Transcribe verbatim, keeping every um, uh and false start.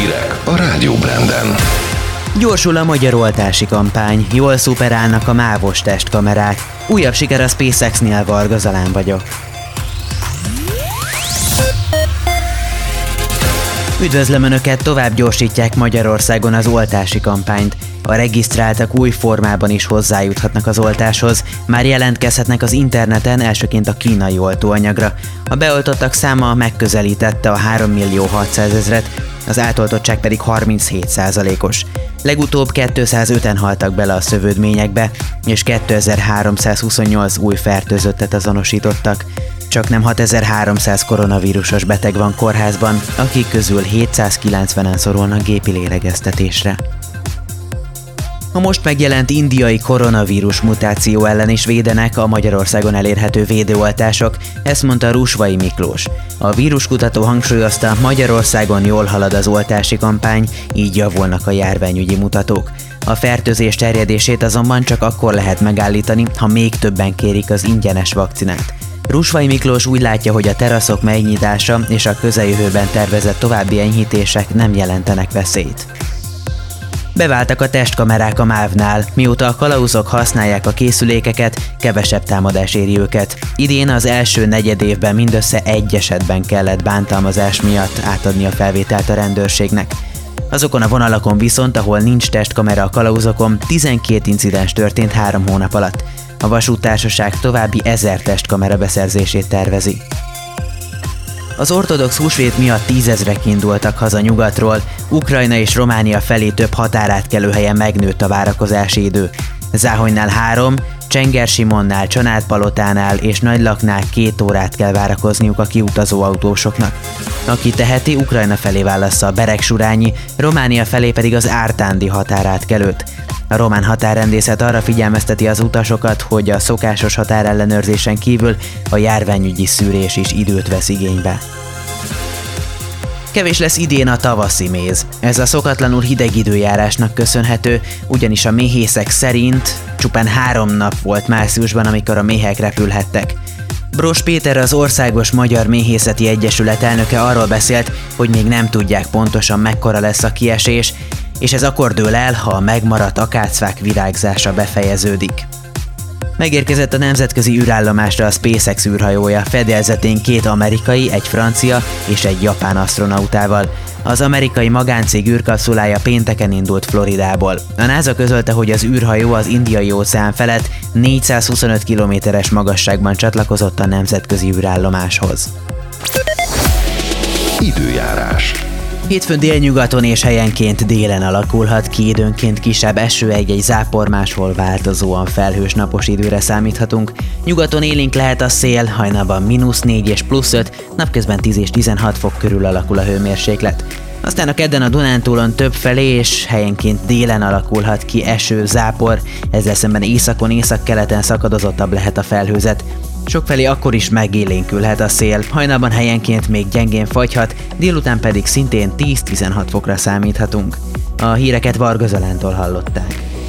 Hírek a Rádió Branden. Gyorsul a magyar oltási kampány, jól szuperálnak a mávos testkamerák. Újabb siker a SpaceX-nél, Varga Zalán vagyok. Üdvözlöm Önöket, tovább gyorsítják Magyarországon az oltási kampányt. A regisztráltak új formában is hozzájuthatnak az oltáshoz, már jelentkezhetnek az interneten, elsőként a kínai oltóanyagra. A beoltottak száma megközelítette a három millió hatszázezret, az átoltottság pedig harminchét százalékos. Legutóbb kétszázöten haltak bele a szövődményekbe, és kétezer-háromszázhuszonnyolc új fertőzöttet azonosítottak. Csaknem hatezer-háromszáz koronavírusos beteg van kórházban, akik közül hétszázkilencvenen szorulnak gépi lélegeztetésre. A most megjelent indiai koronavírus mutáció ellen is védenek a Magyarországon elérhető védőoltások, ezt mondta Rusvai Miklós. A víruskutató hangsúlyozta, Magyarországon jól halad az oltási kampány, így javulnak a járványügyi mutatók. A fertőzés terjedését azonban csak akkor lehet megállítani, ha még többen kérik az ingyenes vakcinát. Rusvai Miklós úgy látja, hogy a teraszok megnyitása és a közeljövőben tervezett további enyhítések nem jelentenek veszélyt. Beváltak a testkamerák a mávnál, mióta a kalauzok használják a készülékeket, kevesebb támadás éri őket. Idén az első negyedévben mindössze egy esetben kellett bántalmazás miatt átadni a felvételt a rendőrségnek. Azokon a vonalakon viszont, ahol nincs testkamera a kalauzokon, tizenkét incidens történt három hónap alatt. A vasúttársaság további ezer testkamera beszerzését tervezi. Az ortodox húsvét miatt tízezrek indultak haza nyugatról, Ukrajna és Románia felé több határátkelőhelyen megnőtt a várakozási idő. Záhonynál három, Csengersimonnál, Csanádpalotánál és Nagylaknál két órát kell várakozniuk a kiutazó autósoknak. Aki teheti, Ukrajna felé válassza a Beregsurányi, Románia felé pedig az ártándi határátkelőt. A román határrendészet arra figyelmezteti az utasokat, hogy a szokásos határellenőrzésen kívül a járványügyi szűrés is időt vesz igénybe. Kevés lesz idén a tavaszi méz. Ez a szokatlanul hideg időjárásnak köszönhető, ugyanis a méhészek szerint csupán három nap volt márciusban, amikor a méhek repülhettek. Bros Péter, az Országos Magyar Méhészeti Egyesület elnöke arról beszélt, hogy még nem tudják pontosan mekkora lesz a kiesés, és ez akkor dől el, ha a megmaradt akácfák virágzása befejeződik. Megérkezett a nemzetközi űrállomásra a SpaceX űrhajója, fedélzetén két amerikai, egy francia és egy japán asztronautával. Az amerikai magáncég űrkapszulája pénteken indult Floridából. A NASA közölte, hogy az űrhajó az Indiai-óceán felett négyszázhuszonöt kilométeres magasságban csatlakozott a nemzetközi űrállomáshoz. Időjárás. Hétfőn délnyugaton és helyenként délen alakulhat ki, időnként kisebb eső, egy-egy zápor, máshol változóan felhős napos időre számíthatunk. Nyugaton élénk lehet a szél, hajnalban mínusz négy és plusz öt, napközben tíz és tizenhat fok körül alakul a hőmérséklet. Aztán a kedden a Dunántúlon több felé és helyenként délen alakulhat ki eső, zápor, ezzel szemben északon, északkeleten szakadozottabb lehet a felhőzet. Sokfelé akkor is megélénkülhet a szél, hajnalban helyenként még gyengén fagyhat, délután pedig szintén tíz-tizenhat fokra számíthatunk. A híreket Varga Zalántól hallották.